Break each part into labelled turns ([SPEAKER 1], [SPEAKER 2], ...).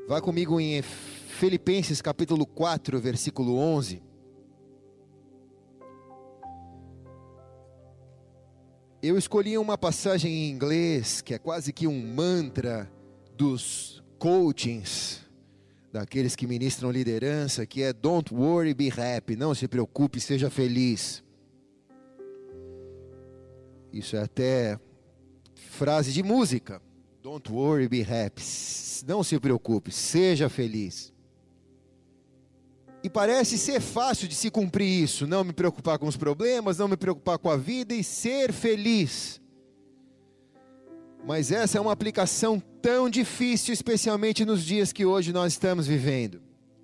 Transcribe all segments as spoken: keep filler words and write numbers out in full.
[SPEAKER 1] Vá comigo em Filipenses capítulo quatro, versículo onze. Eu escolhi uma passagem em inglês, que é quase que um mantra dos coachings, daqueles que ministram liderança, que é Don't worry, be happy. Não se preocupe, seja feliz. Isso é até frase de música. Don't worry, be happy. Não se preocupe, seja feliz. E parece ser fácil de se cumprir isso. Não me preocupar com os problemas, não me preocupar com a vida e ser feliz. Mas essa é uma aplicação tão difícil, especialmente nos dias que hoje nós estamos vivendo.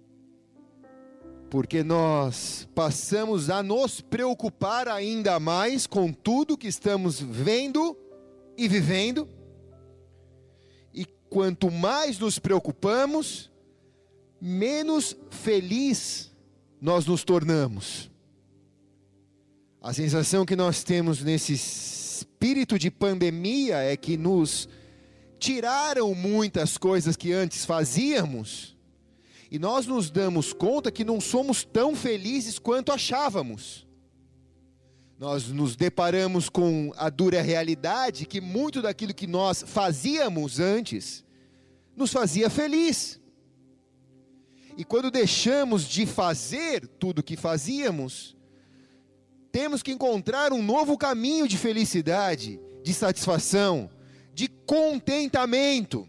[SPEAKER 1] Porque nós passamos a nos preocupar ainda mais com tudo que estamos vendo e vivendo. E quanto mais nos preocupamos, menos feliz nós nos tornamos. A sensação que nós temos nesse espírito de pandemia é que nos tiraram muitas coisas que antes fazíamos, e nós nos damos conta que não somos tão felizes quanto achávamos. Nós nos deparamos com a dura realidade que muito daquilo que nós fazíamos antes nos fazia feliz. E quando deixamos de fazer tudo o que fazíamos, temos que encontrar um novo caminho de felicidade, de satisfação, de contentamento.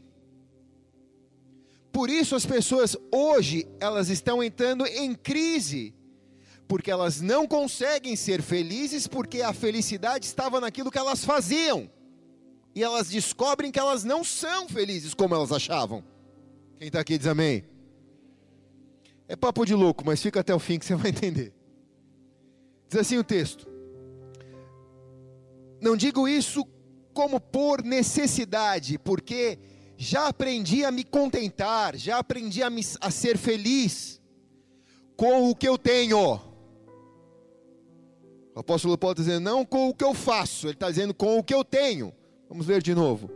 [SPEAKER 1] Por isso as pessoas hoje, elas estão entrando em crise, porque elas não conseguem ser felizes, porque a felicidade estava naquilo que elas faziam. E elas descobrem que elas não são felizes como elas achavam. Quem está aqui diz amém. É papo de louco, mas fica até o fim que você vai entender. Diz assim o texto: não digo isso como por necessidade, porque já aprendi a me contentar, já aprendi a, me, a ser feliz com o que eu tenho. O apóstolo Paulo está dizendo, não com o que eu faço, ele está dizendo com o que eu tenho. Vamos ler de novo.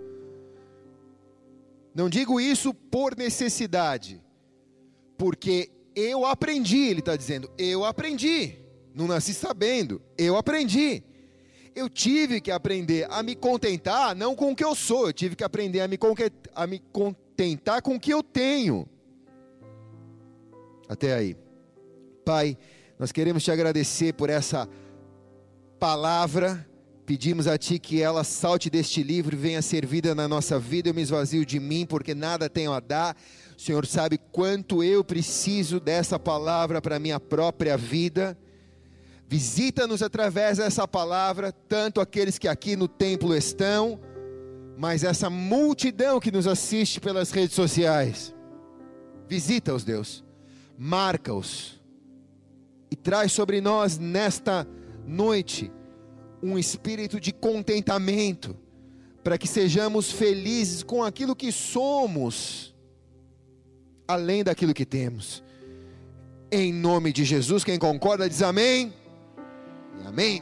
[SPEAKER 1] Não digo isso por necessidade, porque eu aprendi, ele está dizendo, eu aprendi, não nasci sabendo, eu aprendi. Eu tive que aprender a me contentar, não com o que eu sou, eu tive que aprender a me, a me contentar com o que eu tenho. Até aí. Pai, nós queremos te agradecer por essa palavra, pedimos a Ti que ela salte deste livro e venha ser vida na nossa vida. Eu me esvazio de mim, porque nada tenho a dar. O Senhor sabe quanto eu preciso dessa palavra para a minha própria vida. Visita-nos através dessa palavra, tanto aqueles que aqui no templo estão, mas essa multidão que nos assiste pelas redes sociais. Visita-os, Deus, marca-os e traz sobre nós nesta noite um espírito de contentamento, para que sejamos felizes com aquilo que somos, além daquilo que temos. Em nome de Jesus, quem concorda diz amém. Amém.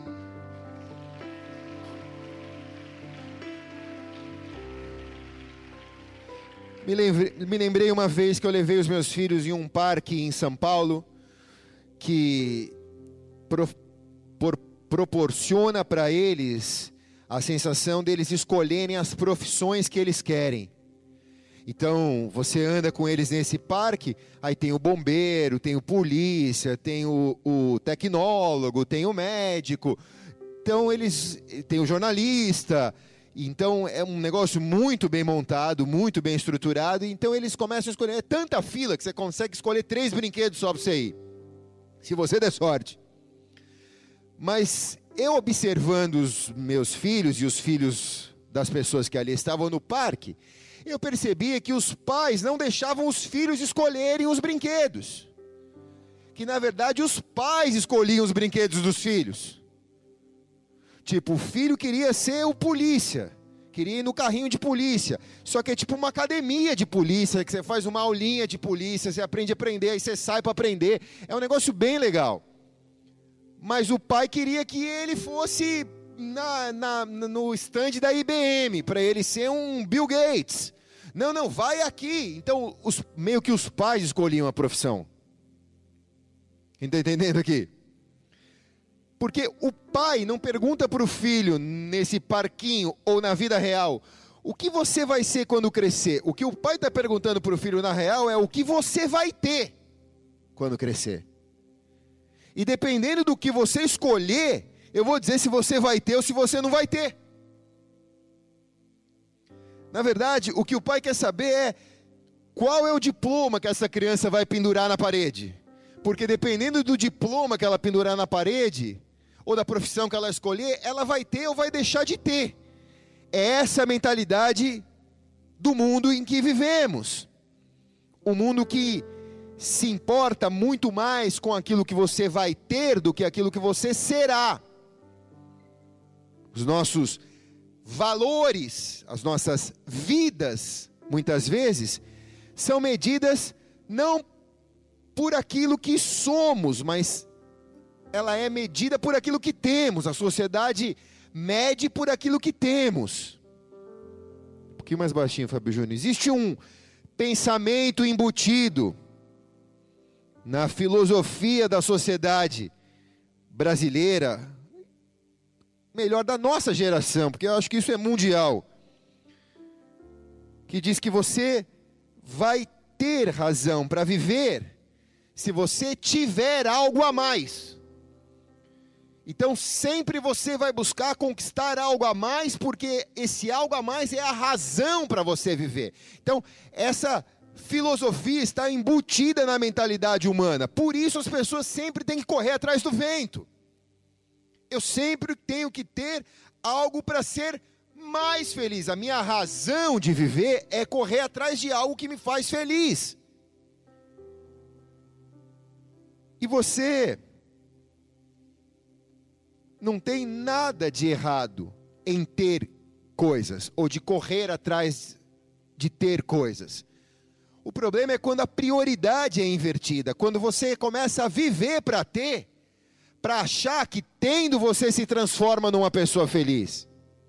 [SPEAKER 1] Me lembrei, me lembrei uma vez que eu levei os meus filhos em um parque em São Paulo, que pro, por, proporciona para eles a sensação deles escolherem as profissões que eles querem. Então, você anda com eles nesse parque, aí tem o bombeiro, tem o polícia, tem o, o tecnólogo, tem o médico, então eles, tem o jornalista. Então é um negócio muito bem montado, muito bem estruturado, então eles começam a escolher, é tanta fila que você consegue escolher três brinquedos só para você ir, se você der sorte. Mas eu observando os meus filhos e os filhos das pessoas que ali estavam no parque, eu percebia que os pais não deixavam os filhos escolherem os brinquedos. Que na verdade os pais escolhiam os brinquedos dos filhos. Tipo, o filho queria ser o polícia, queria ir no carrinho de polícia. Só que é tipo uma academia de polícia, que você faz uma aulinha de polícia, você aprende a aprender, aí você sai para aprender. É um negócio bem legal. Mas o pai queria que ele fosse Na, na, no stand da I B M, para ele ser um Bill Gates. Não, não, vai aqui. Então, os, meio que os pais escolhiam a profissão. Quem está entendendo aqui? Porque o pai não pergunta para o filho, nesse parquinho ou na vida real, o que você vai ser quando crescer? O que o pai está perguntando para o filho na real é o que você vai ter quando crescer. E dependendo do que você escolher, eu vou dizer se você vai ter ou se você não vai ter. Na verdade, o que o pai quer saber é qual é o diploma que essa criança vai pendurar na parede. Porque dependendo do diploma que ela pendurar na parede, ou da profissão que ela escolher, ela vai ter ou vai deixar de ter. É essa a mentalidade do mundo em que vivemos. Um mundo que se importa muito mais com aquilo que você vai ter do que aquilo que você será. Os nossos valores, as nossas vidas, muitas vezes, são medidas não por aquilo que somos, mas ela é medida por aquilo que temos. A sociedade mede por aquilo que temos. Um pouquinho mais baixinho, Fábio Júnior. Existe um pensamento embutido na filosofia da sociedade brasileira, melhor, da nossa geração, porque eu acho que isso é mundial, que diz que você vai ter razão para viver se você tiver algo a mais. Então sempre você vai buscar conquistar algo a mais, porque esse algo a mais é a razão para você viver. Então essa filosofia está embutida na mentalidade humana. Por isso as pessoas sempre têm que correr atrás do vento. Eu sempre tenho que ter algo para ser mais feliz. A minha razão de viver é correr atrás de algo que me faz feliz. E você não tem nada de errado em ter coisas, ou de correr atrás de ter coisas. O problema é quando a prioridade é invertida, quando você começa a viver para ter, para achar que tendo você se transforma numa pessoa feliz.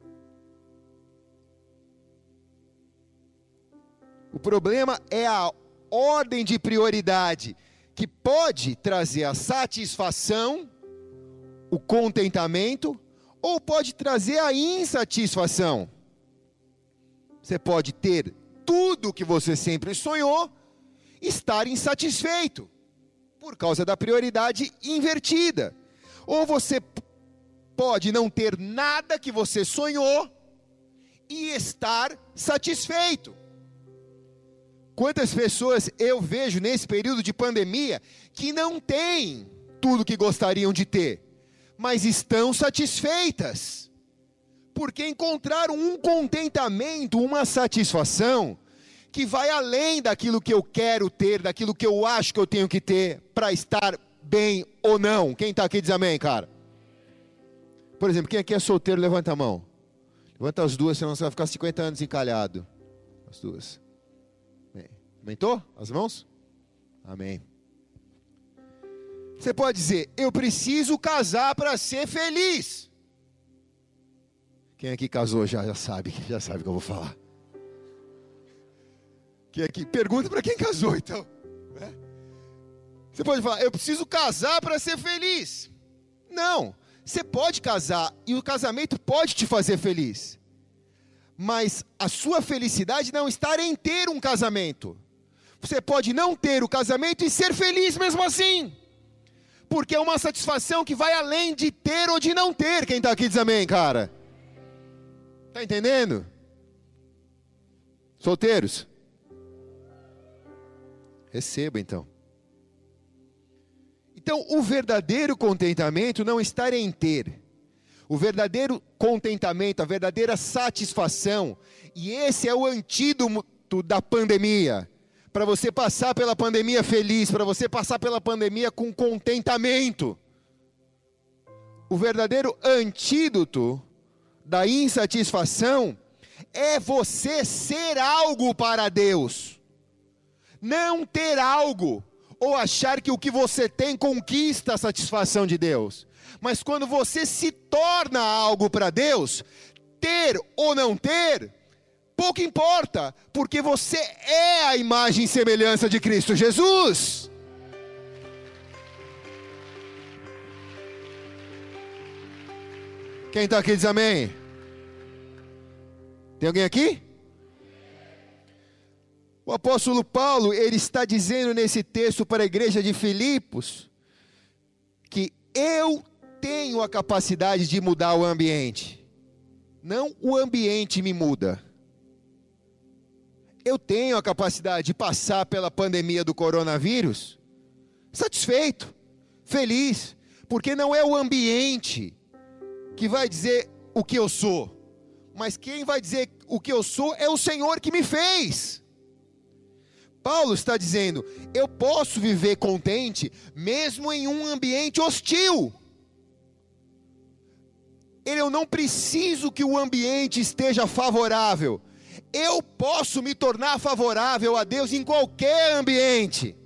[SPEAKER 1] O problema é a ordem de prioridade, que pode trazer a satisfação, o contentamento, ou pode trazer a insatisfação. Você pode ter tudo o que você sempre sonhou, estar insatisfeito, por causa da prioridade invertida. Ou você pode não ter nada que você sonhou, e estar satisfeito. Quantas pessoas eu vejo nesse período de pandemia, que não têm tudo que gostariam de ter, mas estão satisfeitas, porque encontraram um contentamento, uma satisfação, que vai além daquilo que eu quero ter, daquilo que eu acho que eu tenho que ter, para estar bem ou não. Quem está aqui diz amém, cara? Por exemplo, quem aqui é solteiro, levanta a mão. Levanta as duas, senão você vai ficar cinquenta anos encalhado. As duas. Bem, aumentou as mãos? Amém. Você pode dizer, eu preciso casar para ser feliz. Quem aqui casou já, já sabe, já sabe o que eu vou falar. Quem aqui, pergunta para quem casou então. Né? Você pode falar, eu preciso casar para ser feliz. Não, você pode casar e o casamento pode te fazer feliz. Mas a sua felicidade não está em ter um casamento. Você pode não ter o casamento e ser feliz mesmo assim. Porque é uma satisfação que vai além de ter ou de não ter. Quem está aqui diz amém, cara? Está entendendo? Solteiros? Receba então. Então o verdadeiro contentamento não está em ter. O verdadeiro contentamento, a verdadeira satisfação, e esse é o antídoto da pandemia, para você passar pela pandemia feliz, para você passar pela pandemia com contentamento. O verdadeiro antídoto da insatisfação é você ser algo para Deus. Não ter algo, ou achar que o que você tem conquista a satisfação de Deus. Mas quando você se torna algo para Deus, ter ou não ter, pouco importa, porque você é a imagem e semelhança de Cristo Jesus. Quem está aqui diz amém. Tem alguém aqui? O apóstolo Paulo, ele está dizendo nesse texto para a igreja de Filipos, que eu tenho a capacidade de mudar o ambiente. Não o ambiente me muda. Eu tenho a capacidade de passar pela pandemia do coronavírus satisfeito, feliz, porque não é o ambiente que vai dizer o que eu sou, mas quem vai dizer o que eu sou é o Senhor que me fez. Paulo está dizendo, eu posso viver contente mesmo em um ambiente hostil. Eu não preciso que o ambiente esteja favorável. Eu posso me tornar favorável a Deus em qualquer ambiente.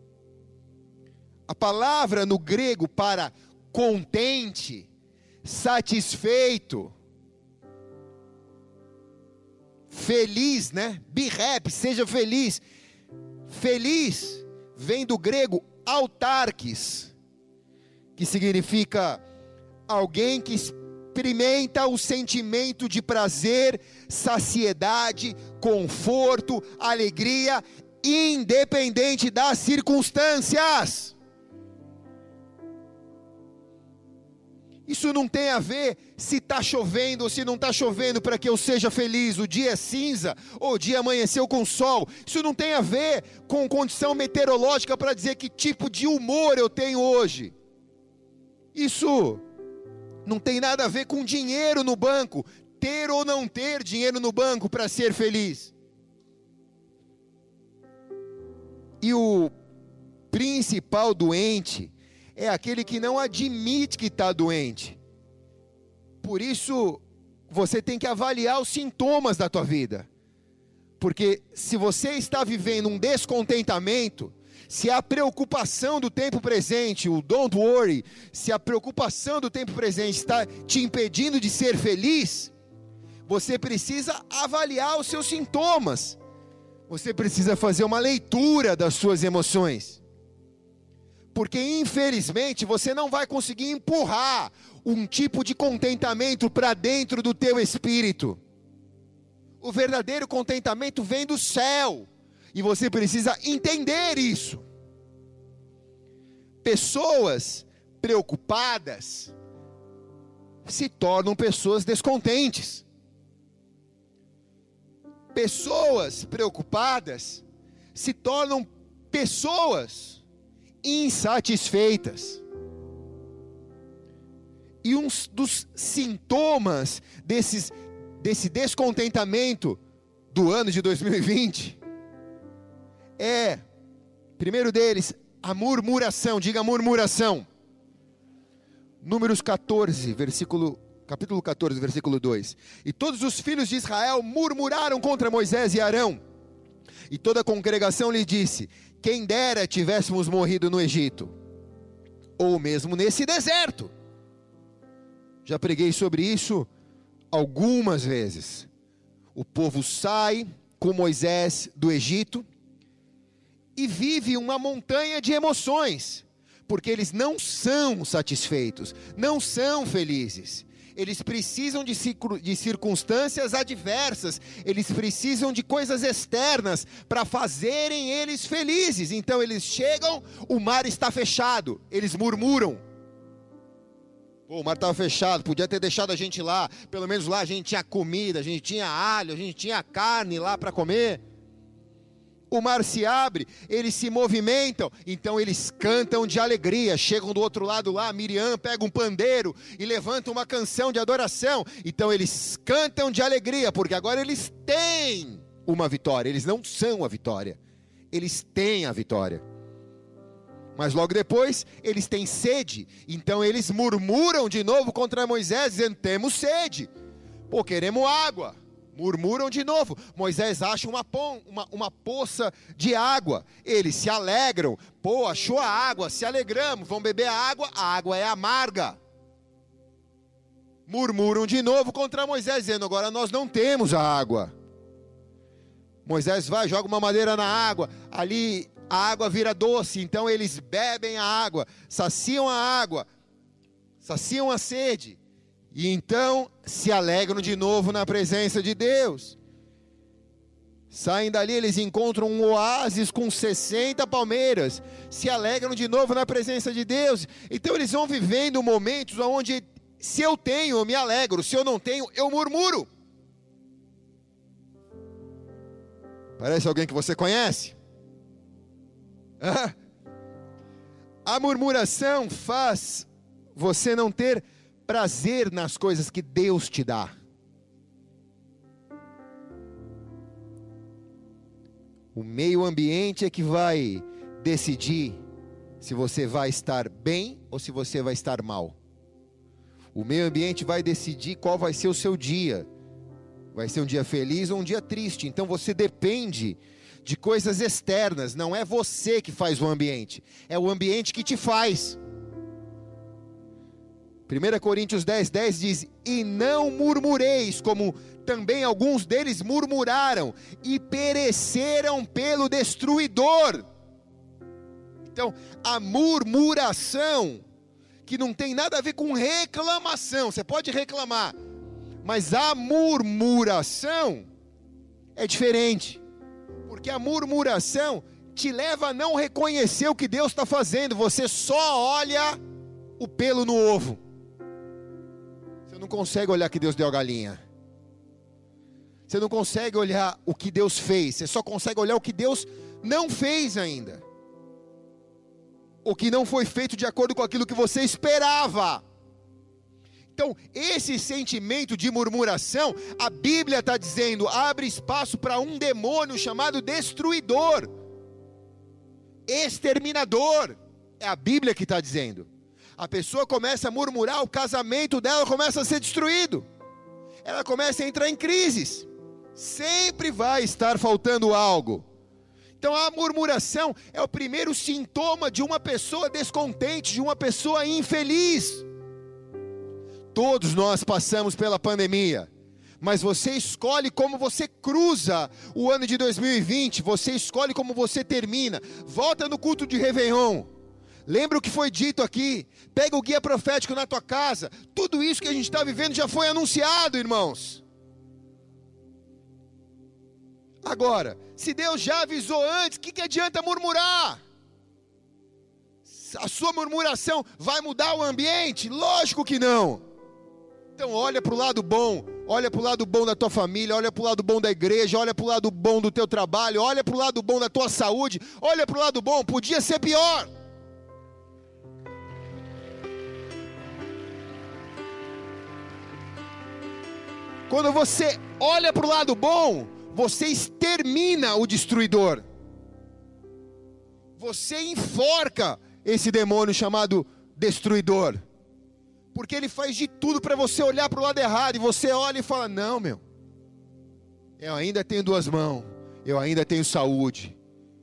[SPEAKER 1] A palavra no grego para contente, satisfeito, feliz, né? Be happy, seja feliz. Feliz vem do grego autarques, que significa alguém que experimenta o sentimento de prazer, saciedade, conforto, alegria, independente das circunstâncias. Isso não tem a ver se está chovendo ou se não está chovendo para que eu seja feliz. O dia é cinza ou o dia amanheceu com sol. Isso não tem a ver com condição meteorológica para dizer que tipo de humor eu tenho hoje. Isso não tem nada a ver com dinheiro no banco. Ter ou não ter dinheiro no banco para ser feliz. E o principal doente é aquele que não admite que está doente. Por isso, você tem que avaliar os sintomas da tua vida. Porque se você está vivendo um descontentamento, se a preocupação do tempo presente, o don't worry, se a preocupação do tempo presente está te impedindo de ser feliz, você precisa avaliar os seus sintomas. Você precisa fazer uma leitura das suas emoções. Porque infelizmente você não vai conseguir empurrar um tipo de contentamento para dentro do teu espírito. O verdadeiro contentamento vem do céu, e você precisa entender isso. Pessoas preocupadas se tornam pessoas descontentes. Pessoas preocupadas se tornam pessoas insatisfeitas. E um dos sintomas desses, desse descontentamento do ano de dois mil e vinte é, primeiro deles, a murmuração. Diga murmuração. Números catorze, versículo, capítulo catorze, versículo dois. E todos os filhos de Israel murmuraram contra Moisés e Arão. E toda a congregação lhe disse: quem dera tivéssemos morrido no Egito, ou mesmo nesse deserto. Já preguei sobre isso algumas vezes. O povo sai com Moisés do Egito e vive uma montanha de emoções, porque eles não são satisfeitos, não são felizes. Eles precisam de, de circunstâncias adversas, eles precisam de coisas externas para fazerem eles felizes. Então eles chegam, o mar está fechado, eles murmuram. Pô, o mar estava fechado, podia ter deixado a gente lá, pelo menos lá a gente tinha comida, a gente tinha alho, a gente tinha carne lá para comer. O mar se abre, eles se movimentam, então eles cantam de alegria. Chegam do outro lado lá, Miriam pega um pandeiro e levanta uma canção de adoração. Então eles cantam de alegria, porque agora eles têm uma vitória. Eles não são a vitória, eles têm a vitória. Mas logo depois, eles têm sede, então eles murmuram de novo contra Moisés, dizendo: temos sede, pô, queremos água. Murmuram de novo. Moisés acha uma, pom, uma, uma poça de água. Eles se alegram. Pô, achou a água, se alegramos. Vão beber a água, a água é amarga. Murmuram de novo contra Moisés, dizendo: agora nós não temos a água. Moisés vai, joga uma madeira na água, ali a água vira doce, então eles bebem a água, saciam a água, saciam a sede, e então se alegram de novo na presença de Deus. Saem dali, eles encontram um oásis com sessenta palmeiras, se alegram de novo na presença de Deus. Então eles vão vivendo momentos onde, se eu tenho, eu me alegro, se eu não tenho, eu murmuro. Parece alguém que você conhece? Ah. A murmuração faz você não ter prazer nas coisas que Deus te dá. O meio ambiente é que vai decidir se você vai estar bem ou se você vai estar mal. O meio ambiente vai decidir qual vai ser o seu dia. Vai ser um dia feliz ou um dia triste. Então você depende de coisas externas. Não é você que faz o ambiente, é o ambiente que te faz. primeira Coríntios dez, dez diz: e não murmureis, como também alguns deles murmuraram e pereceram pelo destruidor. Então, a murmuração, que não tem nada a ver com reclamação, você pode reclamar, mas a murmuração é diferente, porque a murmuração te leva a não reconhecer o que Deus está fazendo, você só olha o pelo no ovo, você não consegue olhar que Deus deu a galinha, você não consegue olhar o que Deus fez, você só consegue olhar o que Deus não fez ainda, o que não foi feito de acordo com aquilo que você esperava. Então, esse sentimento de murmuração, a Bíblia está dizendo, abre espaço para um demônio chamado destruidor, exterminador, é a Bíblia que está dizendo. A pessoa começa a murmurar, o casamento dela começa a ser destruído, ela começa a entrar em crises, sempre vai estar faltando algo. Então a murmuração é o primeiro sintoma de uma pessoa descontente, de uma pessoa infeliz. Todos nós passamos pela pandemia, mas você escolhe como você cruza o ano de dois mil e vinte, você escolhe como você termina. Volta no culto de Réveillon, lembra o que foi dito aqui, pega o guia profético na tua casa, tudo isso que a gente está vivendo já foi anunciado, irmãos. Agora, se Deus já avisou antes, o que, que adianta murmurar? A sua murmuração vai mudar o ambiente? Lógico que não. Então olha para o lado bom, olha para o lado bom da tua família, olha para o lado bom da igreja, olha para o lado bom do teu trabalho, olha para o lado bom da tua saúde, olha para o lado bom, podia ser pior. Quando você olha para o lado bom, você extermina o destruidor, você enforca esse demônio chamado destruidor, porque ele faz de tudo para você olhar para o lado errado, e você olha e fala, não meu, eu ainda tenho duas mãos, eu ainda tenho saúde,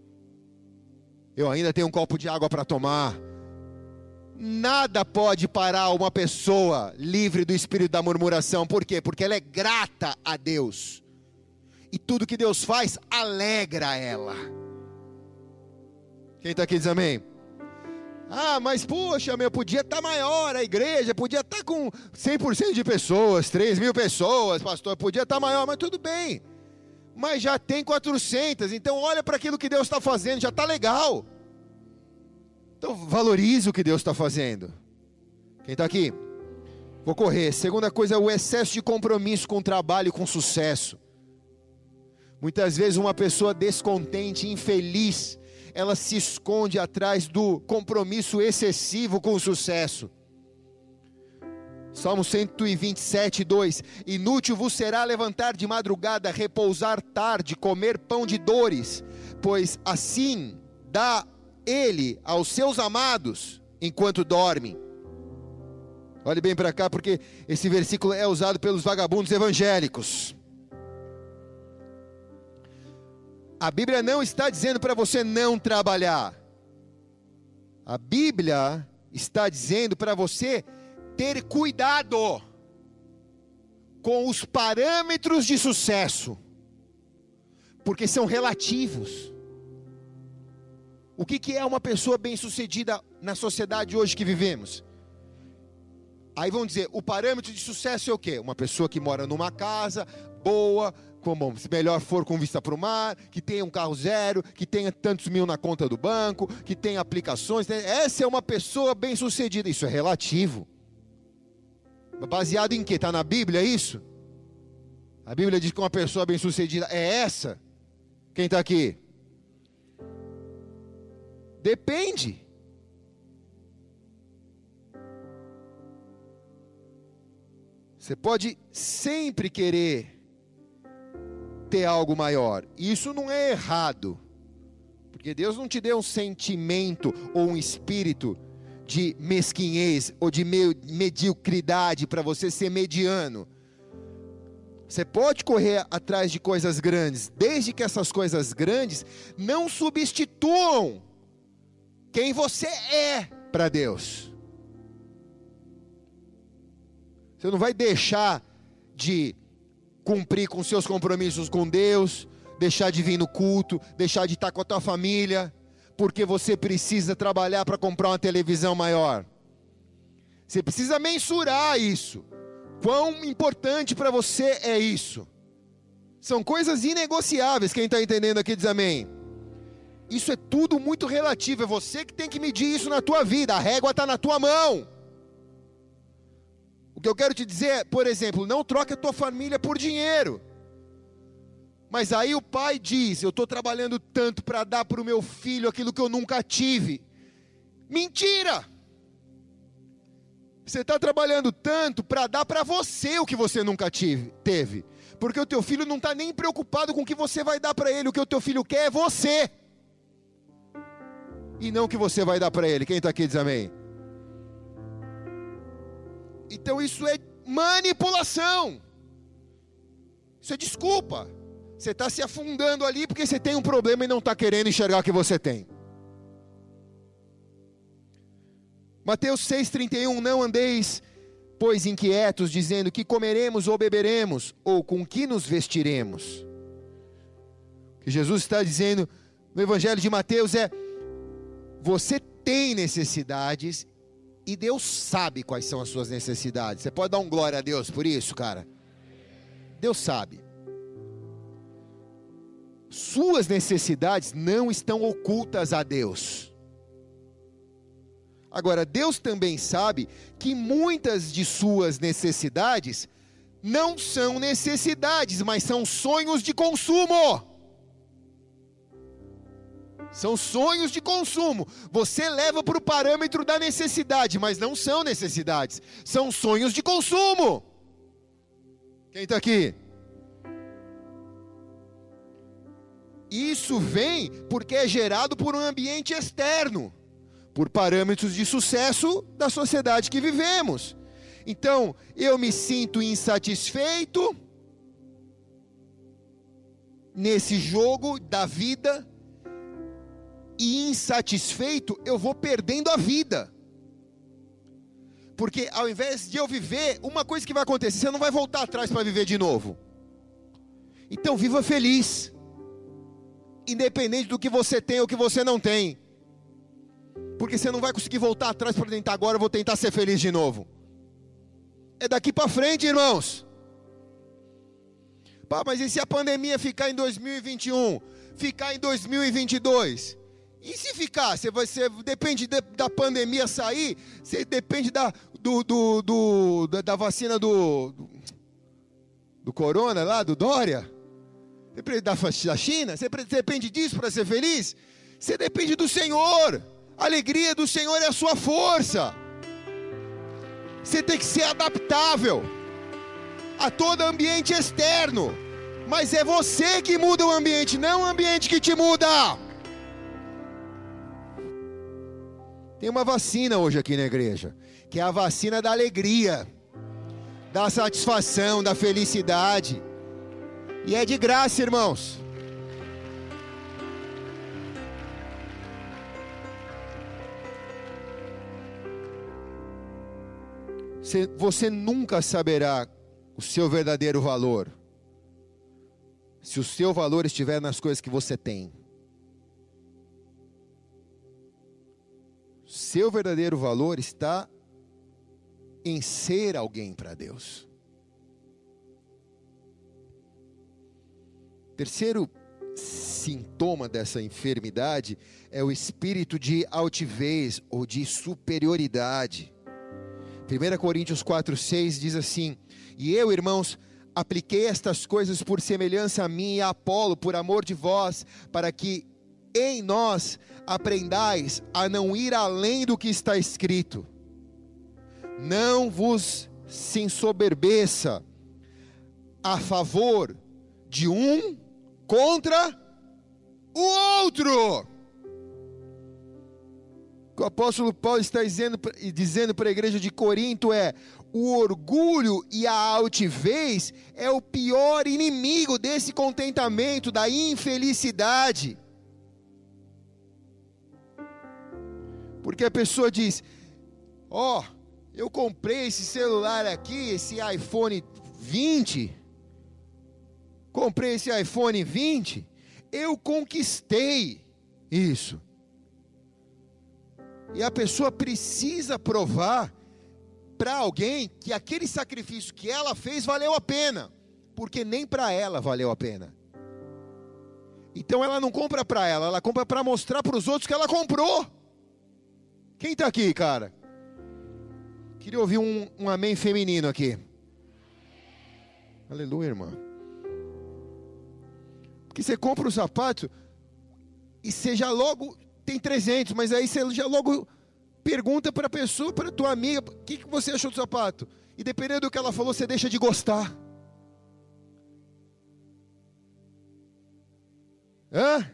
[SPEAKER 1] eu ainda tenho um copo de água para tomar. Nada pode parar uma pessoa livre do espírito da murmuração. Por quê? Porque ela é grata a Deus, e tudo que Deus faz alegra ela. Quem está aqui diz amém? Ah, mas poxa, meu, podia estar maior a igreja, podia estar com cem por cento de pessoas, três mil pessoas, pastor, podia estar maior, mas tudo bem, mas já tem quatrocentas, então olha para aquilo que Deus está fazendo, já está legal, então valorize o que Deus está fazendo. Quem está aqui? Vou correr. Segunda coisa é o excesso de compromisso com o trabalho e com sucesso. Muitas vezes uma pessoa descontente, infeliz, ela se esconde atrás do compromisso excessivo com o sucesso. Salmo cento e vinte e sete, dois. Inútil vos será levantar de madrugada, repousar tarde, comer pão de dores, pois assim dá ele aos seus amados enquanto dormem. Olhe bem para cá, porque esse versículo é usado pelos vagabundos evangélicos. A Bíblia não está dizendo para você não trabalhar. A Bíblia está dizendo para você ter cuidado com os parâmetros de sucesso. porque são relativos. O que, que é uma pessoa bem-sucedida na sociedade hoje que vivemos? Aí vão dizer, o parâmetro de sucesso é o quê? Uma pessoa que mora numa casa boa, como, se melhor for com vista para o mar, que tenha um carro zero, que tenha tantos mil na conta do banco, que tenha aplicações. Essa é uma pessoa bem-sucedida. Isso é relativo. Baseado em quê? Está na Bíblia isso? A Bíblia diz que uma pessoa bem-sucedida é essa? Quem está aqui? Depende. Você pode sempre querer ter algo maior. E isso não é errado. Porque Deus não te deu um sentimento ou um espírito de mesquinhez ou de mediocridade para você ser mediano. Você pode correr atrás de coisas grandes, desde que essas coisas grandes não substituam quem você é para Deus. Você não vai deixar de cumprir com seus compromissos com Deus, deixar de vir no culto, deixar de estar com a tua família, porque você precisa trabalhar para comprar uma televisão maior. Você precisa mensurar isso. Quão importante para você é isso? São coisas inegociáveis. Quem está entendendo aqui diz amém. Isso é tudo muito relativo. É você que tem que medir isso na tua vida. A régua está na tua mão. O que eu quero te dizer é, por exemplo, não troque a tua família por dinheiro. Mas aí o pai diz, eu estou trabalhando tanto para dar para o meu filho aquilo que eu nunca tive. Mentira! Você está trabalhando tanto para dar para você o que você nunca tive, teve. Porque o teu filho não está nem preocupado com o que você vai dar para ele. O que o teu filho quer é você. E não o que você vai dar para ele. Quem está aqui diz amém. Então isso é manipulação. Isso é desculpa. Você está se afundando ali porque você tem um problema e não está querendo enxergar o que você tem. Mateus seis, trinta e um, não andeis, pois inquietos, dizendo que comeremos ou beberemos, ou com que nos vestiremos. O que Jesus está dizendo no Evangelho de Mateus é, você tem necessidades, e Deus sabe quais são as suas necessidades. Você pode dar um glória a Deus por isso, cara? Deus sabe. Suas necessidades não estão ocultas a Deus. Agora, Deus também sabe que muitas de suas necessidades não são necessidades, mas são sonhos de consumo. São sonhos de consumo. Você leva para o parâmetro da necessidade, mas não são necessidades. São sonhos de consumo. Quem está aqui? Isso vem porque é gerado por um ambiente externo, por parâmetros de sucesso da sociedade que vivemos. Então, eu me sinto insatisfeito nesse jogo da vida, e insatisfeito eu vou perdendo a vida. Porque ao invés de eu viver, uma coisa que vai acontecer, você não vai voltar atrás para viver de novo. Então viva feliz, independente do que você tem ou que você não tem. Porque você não vai conseguir voltar atrás para tentar agora, eu vou tentar ser feliz de novo. É daqui para frente, irmãos. Pá, mas e se a pandemia ficar em dois mil e vinte e um? Ficar em dois mil e vinte e dois? E se ficar? Você vai ser, depende de, da pandemia sair, você depende da, do, do, do, da, da vacina do, do, do corona lá, do Dória? Depende da, da China? Você depende disso para ser feliz? Você depende do Senhor. A alegria do Senhor é a sua força. Você tem que ser adaptável a todo ambiente externo. Mas é você que muda o ambiente, não o ambiente que te muda. Tem uma vacina hoje aqui na igreja, que é a vacina da alegria, da satisfação, da felicidade. E é de graça, irmãos. Você, você nunca saberá o seu verdadeiro valor se o seu valor estiver nas coisas que você tem. Seu verdadeiro valor está em ser alguém para Deus. Terceiro sintoma dessa enfermidade é o espírito de altivez ou de superioridade. primeira Coríntios quatro, seis diz assim: e eu, irmãos, apliquei estas coisas por semelhança a mim e a Apolo, por amor de vós, para que em nós aprendais a não ir além do que está escrito. Não vos se ensoberbeça a favor de um contra o outro. O que o apóstolo Paulo está dizendo, dizendo para a igreja de Corinto é: o orgulho e a altivez é o pior inimigo desse contentamento, da infelicidade. Porque a pessoa diz: ó, oh, eu comprei esse celular aqui, esse iPhone vinte, comprei esse iPhone vinte, eu conquistei isso. E a pessoa precisa provar para alguém que aquele sacrifício que ela fez valeu a pena, porque nem para ela valeu a pena. Então ela não compra para ela, ela compra para mostrar para os outros que ela comprou. Quem está aqui, cara? Queria ouvir um, um amém feminino aqui. Aleluia, irmã. Porque você compra o sapato e você já logo tem trezentos, mas aí você já logo pergunta para a pessoa, para a tua amiga: o que, que você achou do sapato? E dependendo do que ela falou, você deixa de gostar. Hã?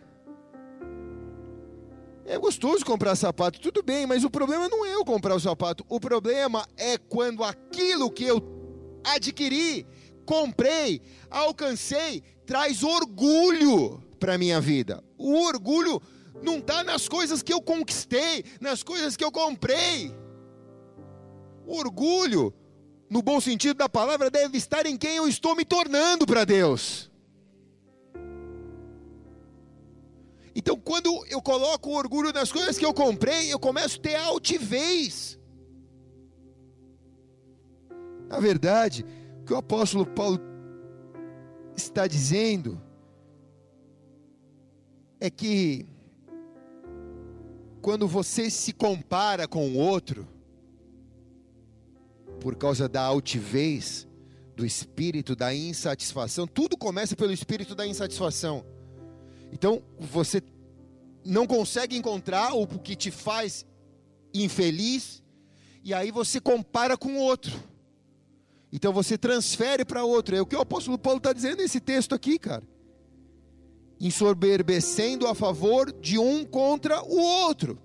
[SPEAKER 1] É gostoso comprar sapato, tudo bem, mas o problema não é eu comprar o sapato. O problema é quando aquilo que eu adquiri, comprei, alcancei, traz orgulho para a minha vida. O orgulho não está nas coisas que eu conquistei, nas coisas que eu comprei. O orgulho, no bom sentido da palavra, deve estar em quem eu estou me tornando para Deus. Então, quando eu coloco o orgulho nas coisas que eu comprei, eu começo a ter altivez. Na verdade, o que o apóstolo Paulo está dizendo é que quando você se compara com o outro, por causa da altivez, do espírito da insatisfação, tudo começa pelo espírito da insatisfação. Então, você não consegue encontrar o que te faz infeliz, e aí você compara com o outro. Então, você transfere para outro. É o que o apóstolo Paulo está dizendo nesse texto aqui, cara. Ensoberbecendo a favor de um contra o outro.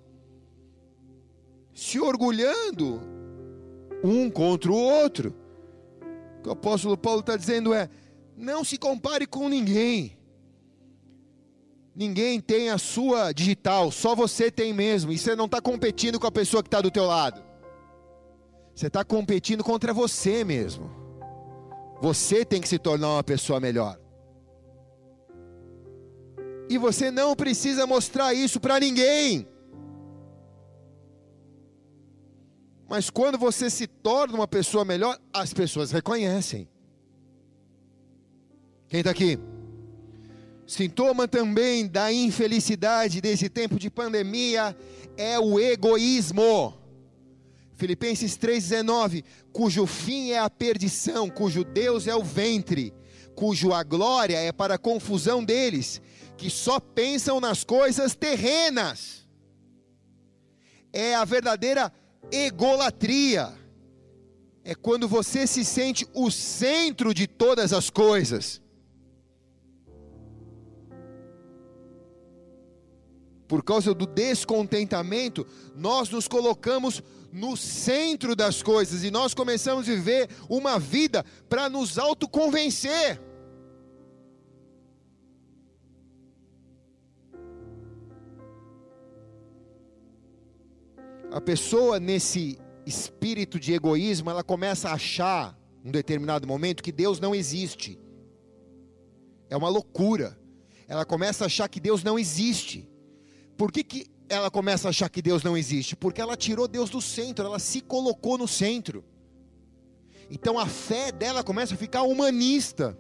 [SPEAKER 1] Se orgulhando um contra o outro. O que o apóstolo Paulo está dizendo é: não se compare com ninguém. Ninguém tem a sua digital, só você tem mesmo. E você não está competindo com a pessoa que está do teu lado. Você está competindo contra você mesmo. Você tem que se tornar uma pessoa melhor. E você não precisa mostrar isso para ninguém. Mas quando você se torna uma pessoa melhor, as pessoas reconhecem. Quem está aqui? Sintoma também da infelicidade desse tempo de pandemia é o egoísmo. Filipenses três, dezenove, cujo fim é a perdição, cujo Deus é o ventre, cujo a glória é para a confusão deles, que só pensam nas coisas terrenas. É a verdadeira egolatria. É quando você se sente o centro de todas as coisas. Por causa do descontentamento, nós nos colocamos no centro das coisas e nós começamos a viver uma vida para nos autoconvencer. A pessoa nesse espírito de egoísmo, ela começa a achar, em um determinado momento, que Deus não existe. É uma loucura. Ela começa a achar que Deus não existe. Por que que ela começa a achar que Deus não existe? Porque ela tirou Deus do centro, ela se colocou no centro. Então a fé dela começa a ficar humanista.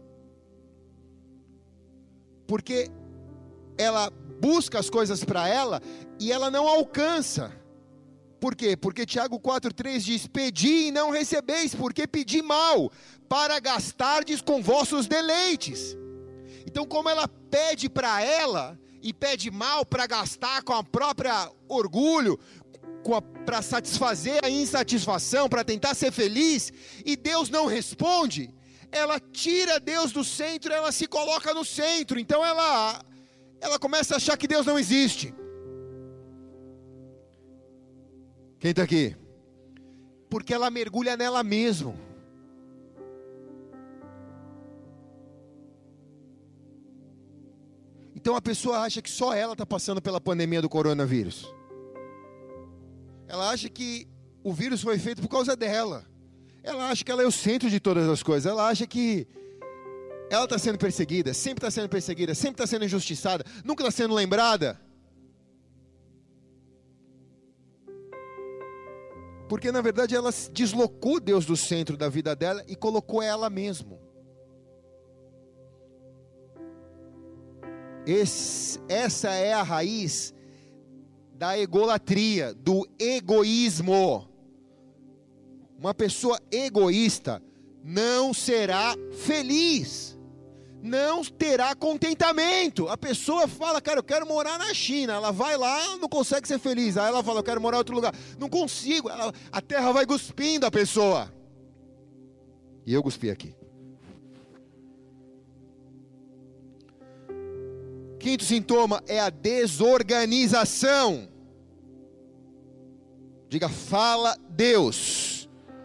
[SPEAKER 1] Porque ela busca as coisas para ela e ela não alcança. Por quê? Porque Tiago quatro, três diz: pedi e não recebeis, porque pedi mal, para gastardes com vossos deleites. Então, como ela pede para ela, e pede mal para gastar com a própria orgulho, para satisfazer a insatisfação, para tentar ser feliz, e Deus não responde, ela tira Deus do centro, ela se coloca no centro, então ela, ela começa a achar que Deus não existe. Quem está aqui? Porque ela mergulha nela mesma. Então a pessoa acha que só ela está passando pela pandemia do coronavírus. Ela acha que o vírus foi feito por causa dela. Ela acha que ela é o centro de todas as coisas. Ela acha que ela está sendo perseguida, sempre está sendo perseguida, sempre está sendo injustiçada, nunca está sendo lembrada. Porque na verdade ela deslocou Deus do centro da vida dela e colocou ela mesma. Esse, essa é a raiz da egolatria, do egoísmo. Uma pessoa egoísta não será feliz, não terá contentamento. A pessoa fala: cara, eu quero morar na China. Ela vai lá, não consegue ser feliz. Aí ela fala: eu quero morar em outro lugar. Não consigo. Ela, a terra vai cuspindo a pessoa. E eu cuspi aqui. Quinto sintoma é a desorganização. Diga: fala Deus.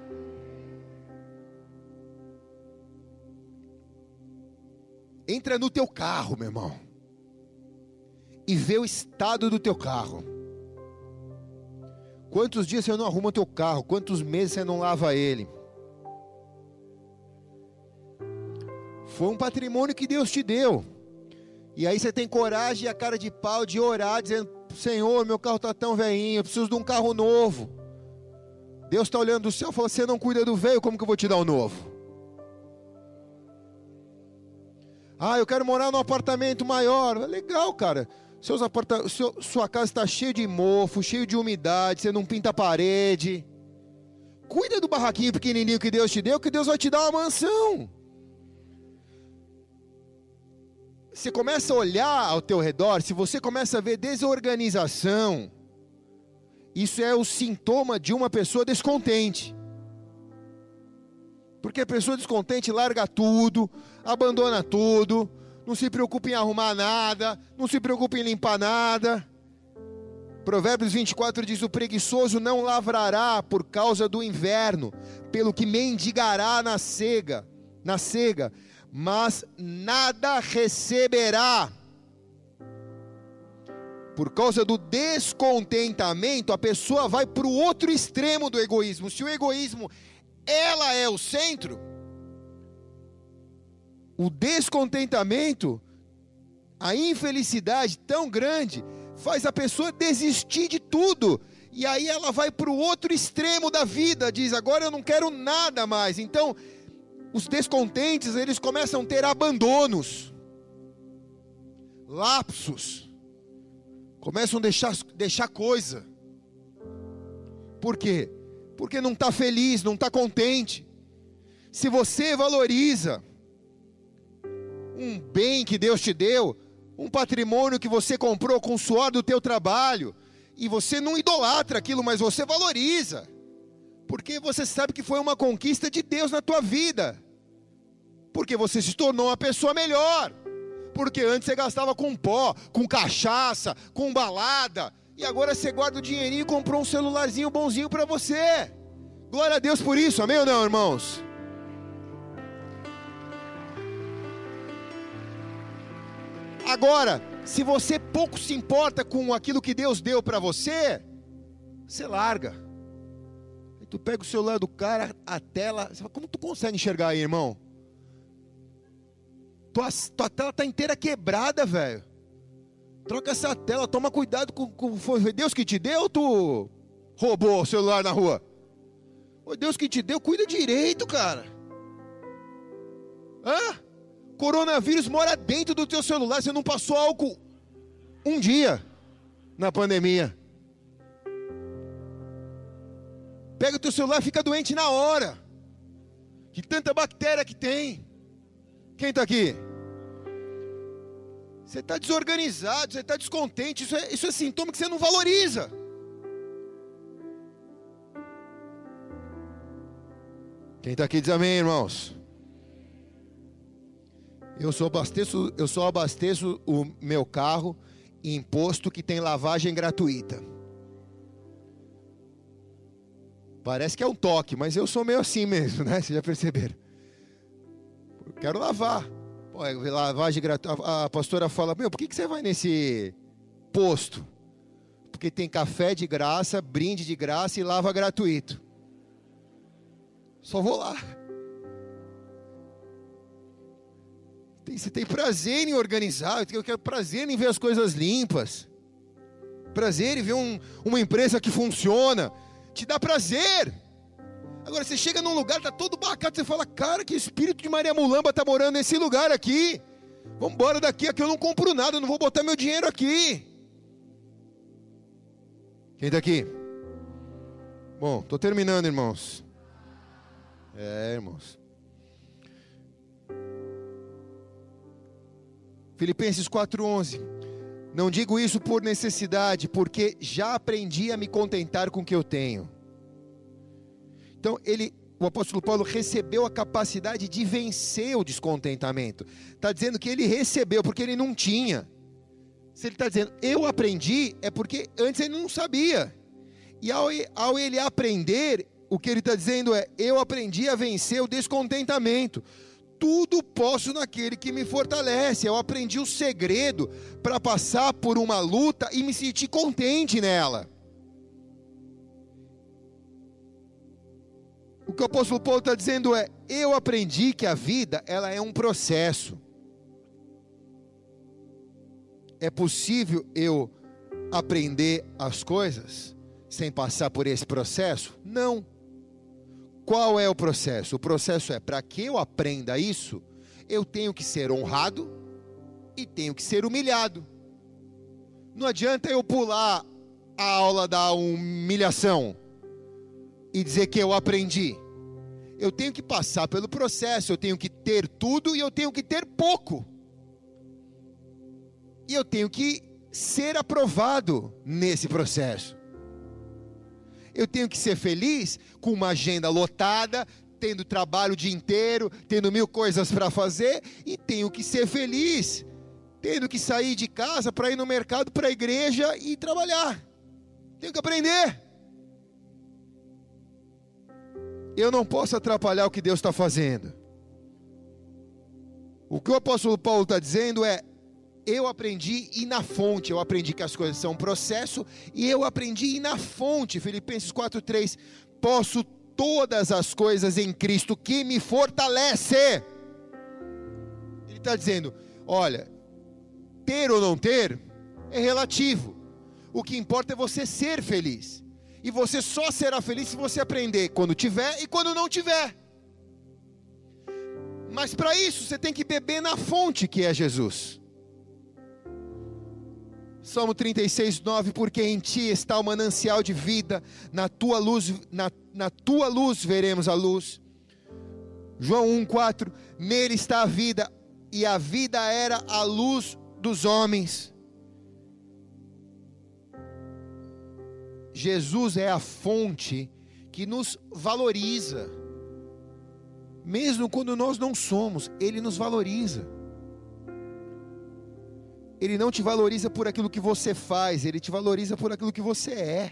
[SPEAKER 1] Entra no teu carro, meu irmão, e vê o estado do teu carro. Quantos dias você não arruma o teu carro? Quantos meses você não lava ele? Foi um patrimônio que Deus te deu. E aí você tem coragem e a cara de pau de orar, dizendo: Senhor, meu carro está tão velhinho, eu preciso de um carro novo. Deus está olhando do céu e fala: você não cuida do velho, como que eu vou te dar um novo? Ah, eu quero morar num apartamento maior. Legal, cara. Seus aparta... Seu... Sua casa está cheia de mofo, cheio de umidade, você não pinta a parede. Cuida do barraquinho pequenininho que Deus te deu, que Deus vai te dar uma mansão. Você começa a olhar ao teu redor, se você começa a ver desorganização, isso é o sintoma de uma pessoa descontente. Porque a pessoa descontente larga tudo, abandona tudo, não se preocupa em arrumar nada, não se preocupa em limpar nada. Provérbios vinte e quatro diz: o preguiçoso não lavrará por causa do inverno, pelo que mendigará na cega, na cega, mas nada receberá. Por causa do descontentamento, a pessoa vai para o outro extremo do egoísmo. Se o egoísmo, ela é o centro, o descontentamento, a infelicidade tão grande, faz a pessoa desistir de tudo. E aí ela vai para o outro extremo da vida, diz: agora eu não quero nada mais. Então, os descontentes, eles começam a ter abandonos, lapsos, começam a deixar, deixar coisa. Por quê? Porque não está feliz, não está contente. Se você valoriza um bem que Deus te deu, um patrimônio que você comprou com o suor do teu trabalho, e você não idolatra aquilo, mas você valoriza, porque você sabe que foi uma conquista de Deus na tua vida, porque você se tornou uma pessoa melhor, porque antes você gastava com pó, com cachaça, com balada, e agora você guarda o dinheirinho e comprou um celularzinho bonzinho para você. Glória a Deus por isso, amém ou não, irmãos? Agora, se você pouco se importa com aquilo que Deus deu para você, você larga. Aí tu pega o celular do cara, a tela, você fala: como tu consegue enxergar aí, irmão? tua, tua tela está inteira quebrada, velho. Troca essa tela, toma cuidado com, com... Foi Deus que te deu ou tu roubou o celular na rua? Foi Deus que te deu, cuida direito, cara. Hã? Coronavírus mora dentro do teu celular, você não passou álcool um dia na pandemia. Pega o teu celular e fica doente na hora. De tanta bactéria que tem. Quem está aqui? Você está desorganizado, você está descontente, isso é, isso é sintoma que você não valoriza. Quem está aqui diz amém, irmãos. Eu só abasteço, eu só abasteço o meu carro em posto que tem lavagem gratuita. Parece que é um toque, mas eu sou meio assim mesmo, né? Vocês já perceberam? Eu quero lavar. Pô, lavagem gratuita. A pastora fala, meu, por que, que você vai nesse posto? Porque tem café de graça, brinde de graça e lava gratuito. Só vou lá. Tem, você tem prazer em organizar, eu quero prazer em ver as coisas limpas. Prazer em ver um, uma empresa que funciona. Te dá prazer. Agora você chega num lugar, tá todo bacana, você fala, cara, que espírito de Maria Mulamba tá morando nesse lugar aqui. Vamos embora daqui, aqui eu não compro nada, eu não vou botar meu dinheiro aqui. Quem tá aqui? Bom, tô terminando, irmãos. É, irmãos. Filipenses quatro, onze. Não digo isso por necessidade, porque já aprendi a me contentar com o que eu tenho. Então, ele, o apóstolo Paulo recebeu a capacidade de vencer o descontentamento. Está dizendo que ele recebeu, porque ele não tinha. Se ele está dizendo, eu aprendi, é porque antes ele não sabia. E ao, ao ele aprender, o que ele está dizendo é, eu aprendi a vencer o descontentamento. Tudo posso naquele que me fortalece. Eu aprendi o segredo para passar por uma luta e me sentir contente nela. O que o apóstolo Paulo está dizendo é, eu aprendi que a vida, ela é um processo. É possível eu aprender as coisas sem passar por esse processo? Não. Qual é o processo? O processo é, para que eu aprenda isso, eu tenho que ser honrado e tenho que ser humilhado. Não adianta eu pular a aula da humilhação e dizer que eu aprendi. Eu tenho que passar pelo processo, eu tenho que ter tudo e eu tenho que ter pouco. E eu tenho que ser aprovado nesse processo. Eu tenho que ser feliz com uma agenda lotada, tendo trabalho o dia inteiro, tendo mil coisas para fazer, e tenho que ser feliz, tendo que sair de casa para ir no mercado, para a igreja e trabalhar. Tenho que aprender. Eu não posso atrapalhar o que Deus está fazendo. O que o apóstolo Paulo está dizendo é, eu aprendi ir na fonte, eu aprendi que as coisas são um processo, e eu aprendi ir na fonte. Filipenses quatro, três, posso todas as coisas em Cristo que me fortalece. Ele está dizendo, olha, ter ou não ter é relativo, o que importa é você ser feliz, e você só será feliz se você aprender quando tiver e quando não tiver. Mas para isso você tem que beber na fonte que é Jesus. Salmo trinta e seis, nove, porque em ti está o manancial de vida, na tua luz, na, na tua luz veremos a luz. João um, quatro, nele está a vida, e a vida era a luz dos homens. Jesus é a fonte que nos valoriza, mesmo quando nós não somos, Ele nos valoriza. Ele não te valoriza por aquilo que você faz, Ele te valoriza por aquilo que você é.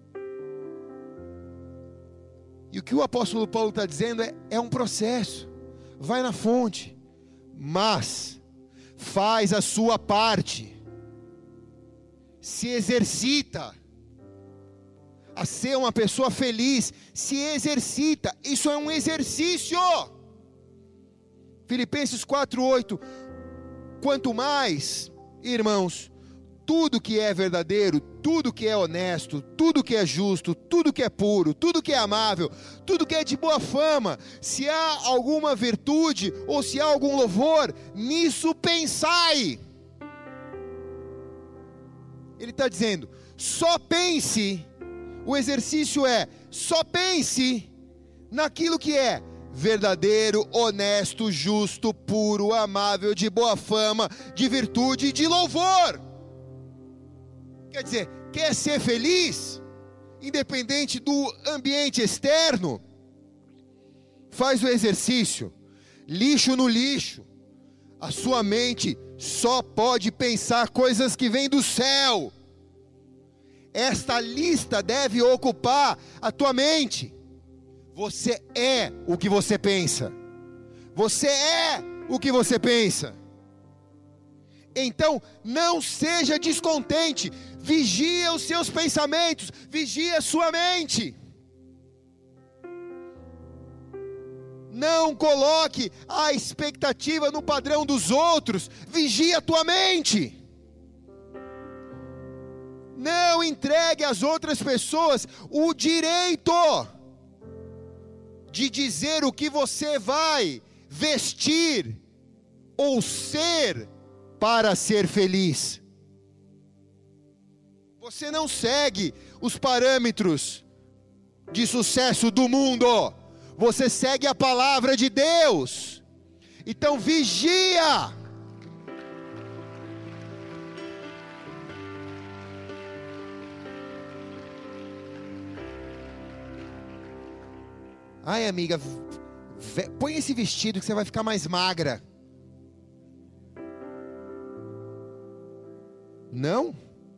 [SPEAKER 1] E o que o apóstolo Paulo está dizendo é, é um processo. Vai na fonte, mas faz a sua parte. Se exercita a ser uma pessoa feliz, se exercita. Isso é um exercício. Filipenses quatro, oito, Quanto mais, irmãos, tudo que é verdadeiro, tudo que é honesto, tudo que é justo, tudo que é puro, tudo que é amável, tudo que é de boa fama, se há alguma virtude ou se há algum louvor, nisso pensai. Ele está dizendo, só pense, o exercício é, só pense naquilo que é verdadeiro, honesto, justo, puro, amável, de boa fama, de virtude e de louvor. Quer dizer, quer ser feliz, independente do ambiente externo, faz o exercício, lixo no lixo, a sua mente só pode pensar coisas que vêm do céu. Esta lista deve ocupar a tua mente. Você é o que você pensa. Você é o que você pensa. Então, não seja descontente. Vigia os seus pensamentos. Vigia a sua mente. Não coloque a expectativa no padrão dos outros. Vigia a tua mente. Não entregue às outras pessoas o direito de dizer o que você vai vestir ou ser para ser feliz. Você não segue os parâmetros de sucesso do mundo. Você segue a palavra de Deus. Então vigia. Ai, amiga, põe esse vestido que você vai ficar mais magra. Não?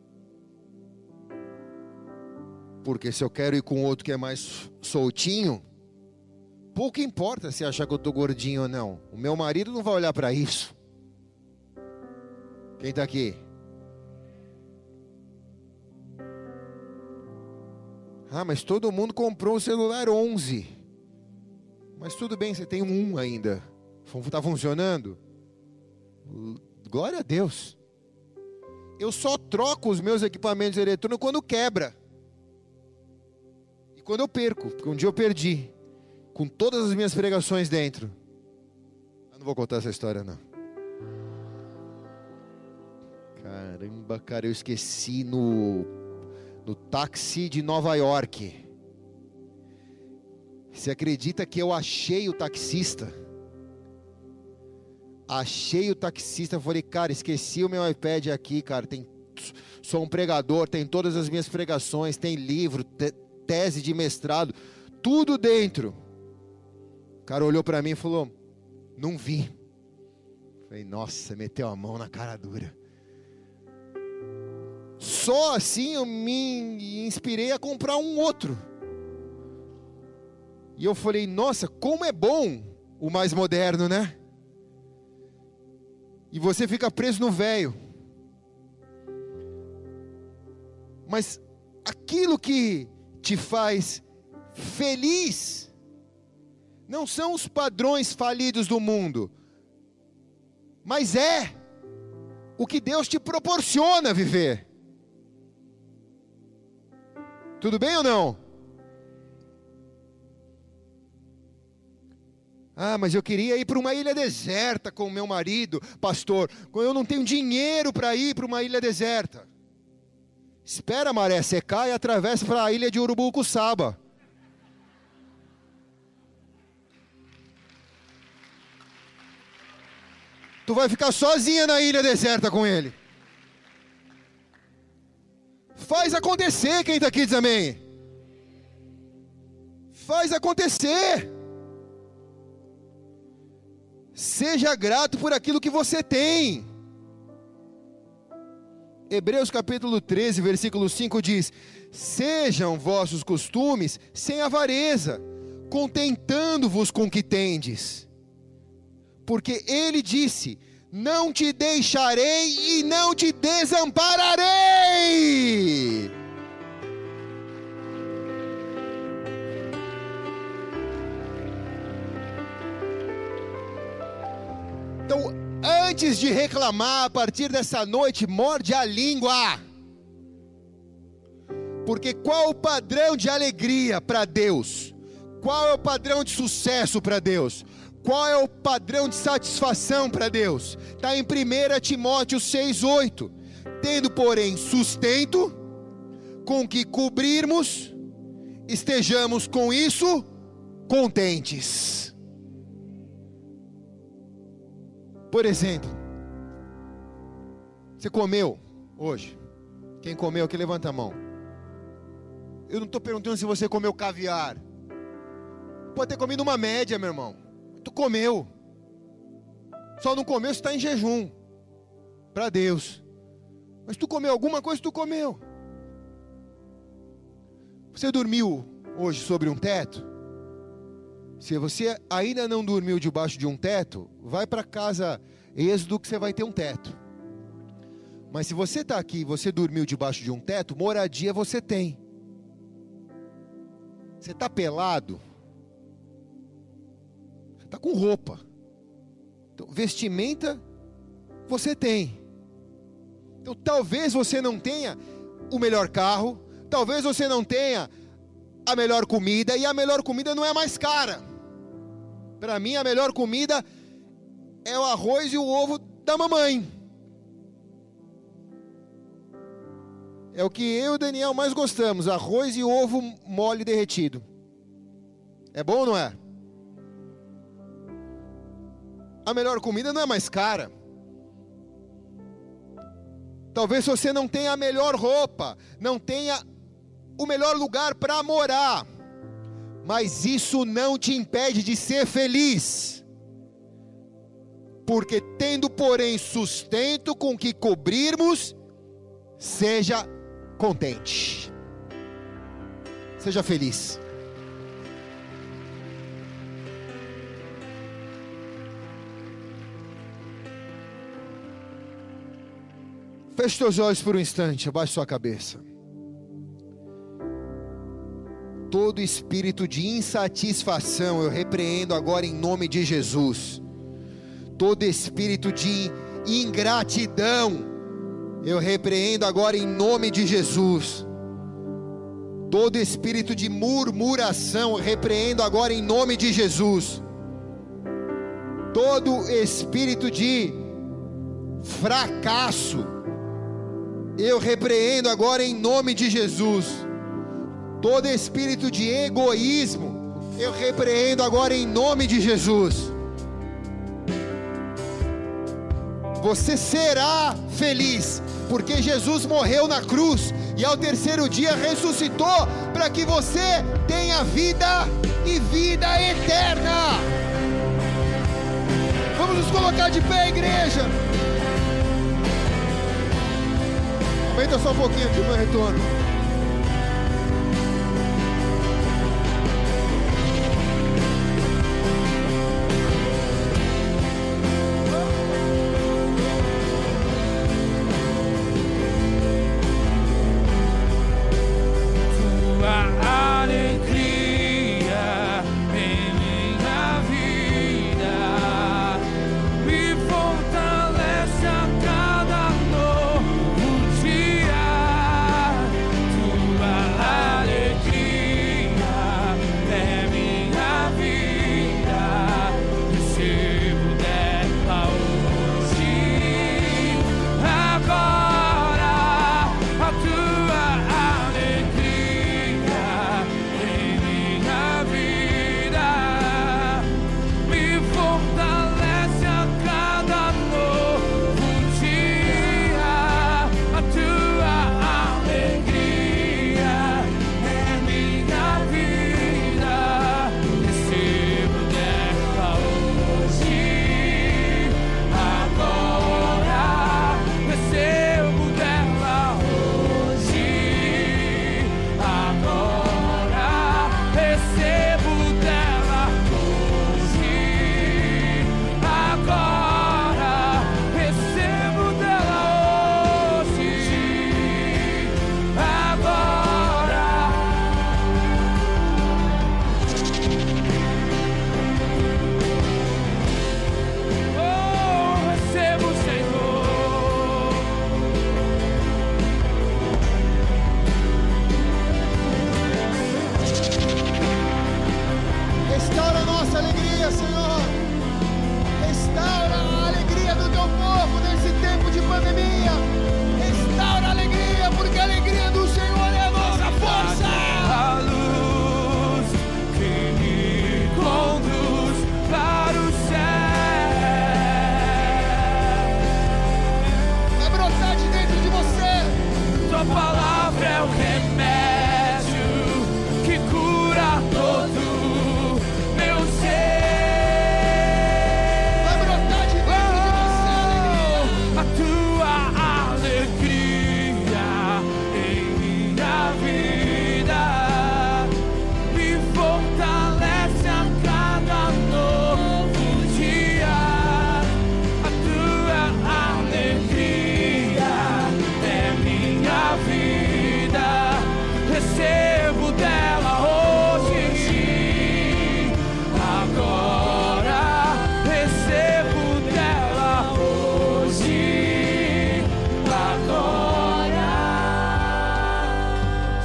[SPEAKER 1] Porque se eu quero ir com outro que é mais soltinho, pouco importa se achar que eu estou gordinho ou não. O meu marido não vai olhar para isso. Quem está aqui? Ah, mas todo mundo comprou o celular onze. Mas tudo bem, você tem um ainda. Está funcionando? Glória a Deus. Eu só troco os meus equipamentos eletrônicos quando quebra. E quando eu perco, porque um dia eu perdi. Com todas as minhas pregações dentro. Eu não vou contar essa história não. Caramba, cara, eu esqueci no, no táxi de Nova York. Você acredita que eu achei o taxista? Achei o taxista, falei, cara, esqueci o meu iPad aqui, cara, tem, sou um pregador, tem todas as minhas pregações, tem livro, te, tese de mestrado, tudo dentro. O cara olhou para mim e falou, não vi. Falei, nossa, meteu a mão na cara dura. Só assim eu me inspirei a comprar um outro. E eu falei, nossa, como é bom o mais moderno, né? E você fica preso no velho. Mas aquilo que te faz feliz não são os padrões falidos do mundo, mas é o que Deus te proporciona viver. Tudo bem ou não? Ah, mas eu queria ir para uma ilha deserta com o meu marido, pastor. Eu não tenho dinheiro para ir para uma ilha deserta. Espera a maré secar e atravessa para a ilha de Urubucuçaba. Tu vai ficar sozinha na ilha deserta com ele. Faz acontecer, quem está aqui diz amém. Faz acontecer. Seja grato por aquilo que você tem. Hebreus capítulo treze, versículo cinco diz: sejam vossos costumes sem avareza, contentando-vos com o que tendes. Porque ele disse: não te deixarei e não te desampararei. Então, antes de reclamar, a partir dessa noite, morde a língua. Porque qual o padrão de alegria para Deus? Qual é o padrão de sucesso para Deus? Qual é o padrão de satisfação para Deus? Está em primeira Timóteo seis, oito. Tendo, porém, sustento, com que cobrirmos, estejamos com isso contentes. Por exemplo, você comeu hoje? Quem comeu aqui, levanta a mão. Eu não estou perguntando se você comeu caviar. Pode ter comido uma média, meu irmão. Tu comeu. Só não comeu se está em jejum. Para Deus. Mas tu comeu alguma coisa, tu comeu. Você dormiu hoje sobre um teto? Se você ainda não dormiu debaixo de um teto, vai para casa Êxodo que você vai ter um teto. Mas se você está aqui e você dormiu debaixo de um teto, moradia você tem. Você está pelado? Você está com roupa. Então, vestimenta você tem. Então talvez você não tenha o melhor carro, talvez você não tenha a melhor comida, e a melhor comida não é mais cara. Para mim a melhor comida é o arroz e o ovo da mamãe. É o que eu e o Daniel mais gostamos, arroz e ovo mole derretido. É bom ou não é? A melhor comida não é mais cara. Talvez você não tenha a melhor roupa, não tenha o melhor lugar para morar, mas isso não te impede de ser feliz, porque tendo porém sustento com que cobrirmos, seja contente, seja feliz. Feche seus olhos por um instante, abaixe sua cabeça. Todo espírito de insatisfação eu repreendo agora em nome de Jesus. Todo espírito de ingratidão eu repreendo agora em nome de Jesus. Todo espírito de murmuração eu repreendo agora em nome de Jesus. Todo espírito de fracasso eu repreendo agora em nome de Jesus. Todo espírito de egoísmo eu repreendo agora em nome de Jesus. Você será feliz, porque Jesus morreu na cruz e ao terceiro dia ressuscitou para que você tenha vida e vida eterna. Vamos nos colocar de pé, igreja. Aumenta só um pouquinho aqui o meu retorno.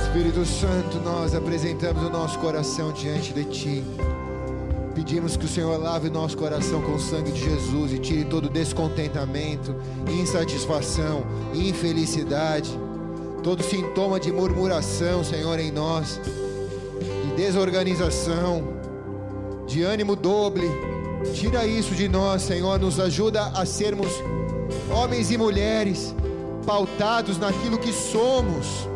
[SPEAKER 1] Espírito Santo, nós apresentamos o nosso coração diante de Ti. Pedimos que o Senhor lave o nosso coração com o sangue de Jesus e tire todo descontentamento, insatisfação, infelicidade, todo sintoma de murmuração, Senhor, em nós, de desorganização, de ânimo doble. Tira isso de nós, Senhor, nos ajuda a sermos homens e mulheres pautados naquilo que somos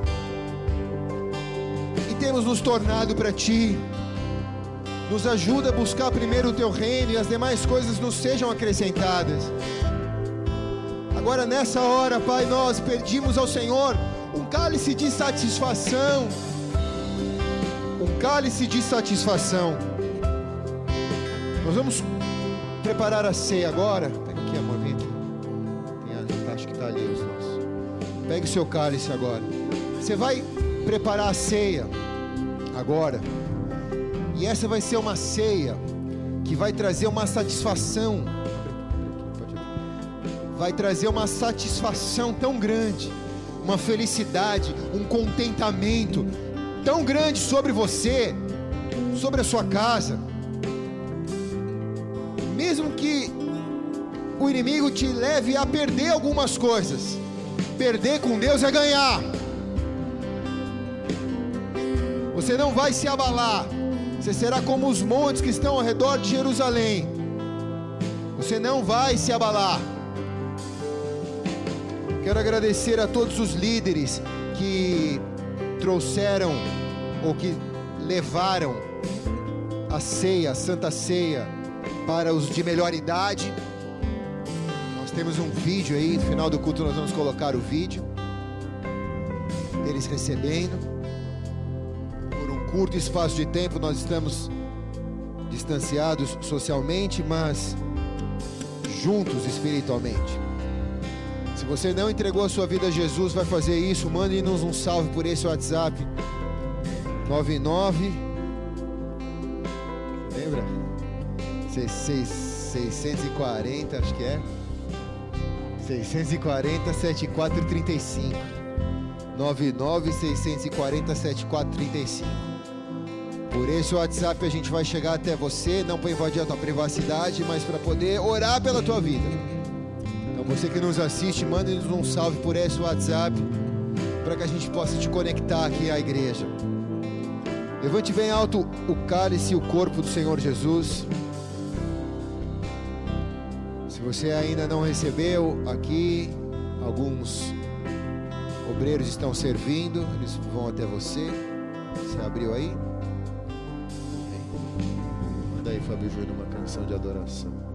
[SPEAKER 1] e temos nos tornado para Ti. Nos ajuda a buscar primeiro o Teu reino e as demais coisas nos sejam acrescentadas. Agora nessa hora, Pai, nós pedimos ao Senhor um cálice de satisfação, um cálice de satisfação. Nós vamos preparar a ceia agora. Pega aqui, amor, vem aqui. Tem a, acho que está ali os nossos. Pegue o seu cálice agora. Você vai preparar a ceia agora. E essa vai ser uma ceia que vai trazer uma satisfação. Vai trazer uma satisfação tão grande, uma felicidade, um contentamento tão grande sobre você, sobre a sua casa. Mesmo que o inimigo te leve a perder algumas coisas, perder com Deus é ganhar. Você não vai se abalar. Você será como os montes que estão ao redor de Jerusalém. Você não vai se abalar. Quero agradecer a todos os líderes que trouxeram ou que levaram a ceia, a Santa Ceia, para os de melhor idade. Nós temos um vídeo aí, no final do culto nós vamos colocar o vídeo deles recebendo. Curto espaço de tempo, nós estamos distanciados socialmente, mas juntos espiritualmente. Se você não entregou a sua vida a Jesus, vai fazer isso, mande-nos um salve por esse WhatsApp nove nove, lembra? seiscentos e quarenta, acho que é seiscentos e quarenta, setenta e quatro trinta e cinco nove nove, seiscentos e quarenta, setenta e quatro trinta e cinco. Por esse WhatsApp a gente vai chegar até você, não para invadir a tua privacidade, mas para poder orar pela tua vida. Então você que nos assiste, manda-nos um salve por esse WhatsApp, para que a gente possa te conectar aqui à igreja. Levante bem alto o cálice e o corpo do Senhor Jesus. Se você ainda não recebeu, aqui alguns obreiros estão servindo, eles vão até você. Você abriu aí? Manda aí, Fábio Júnior, uma canção de adoração.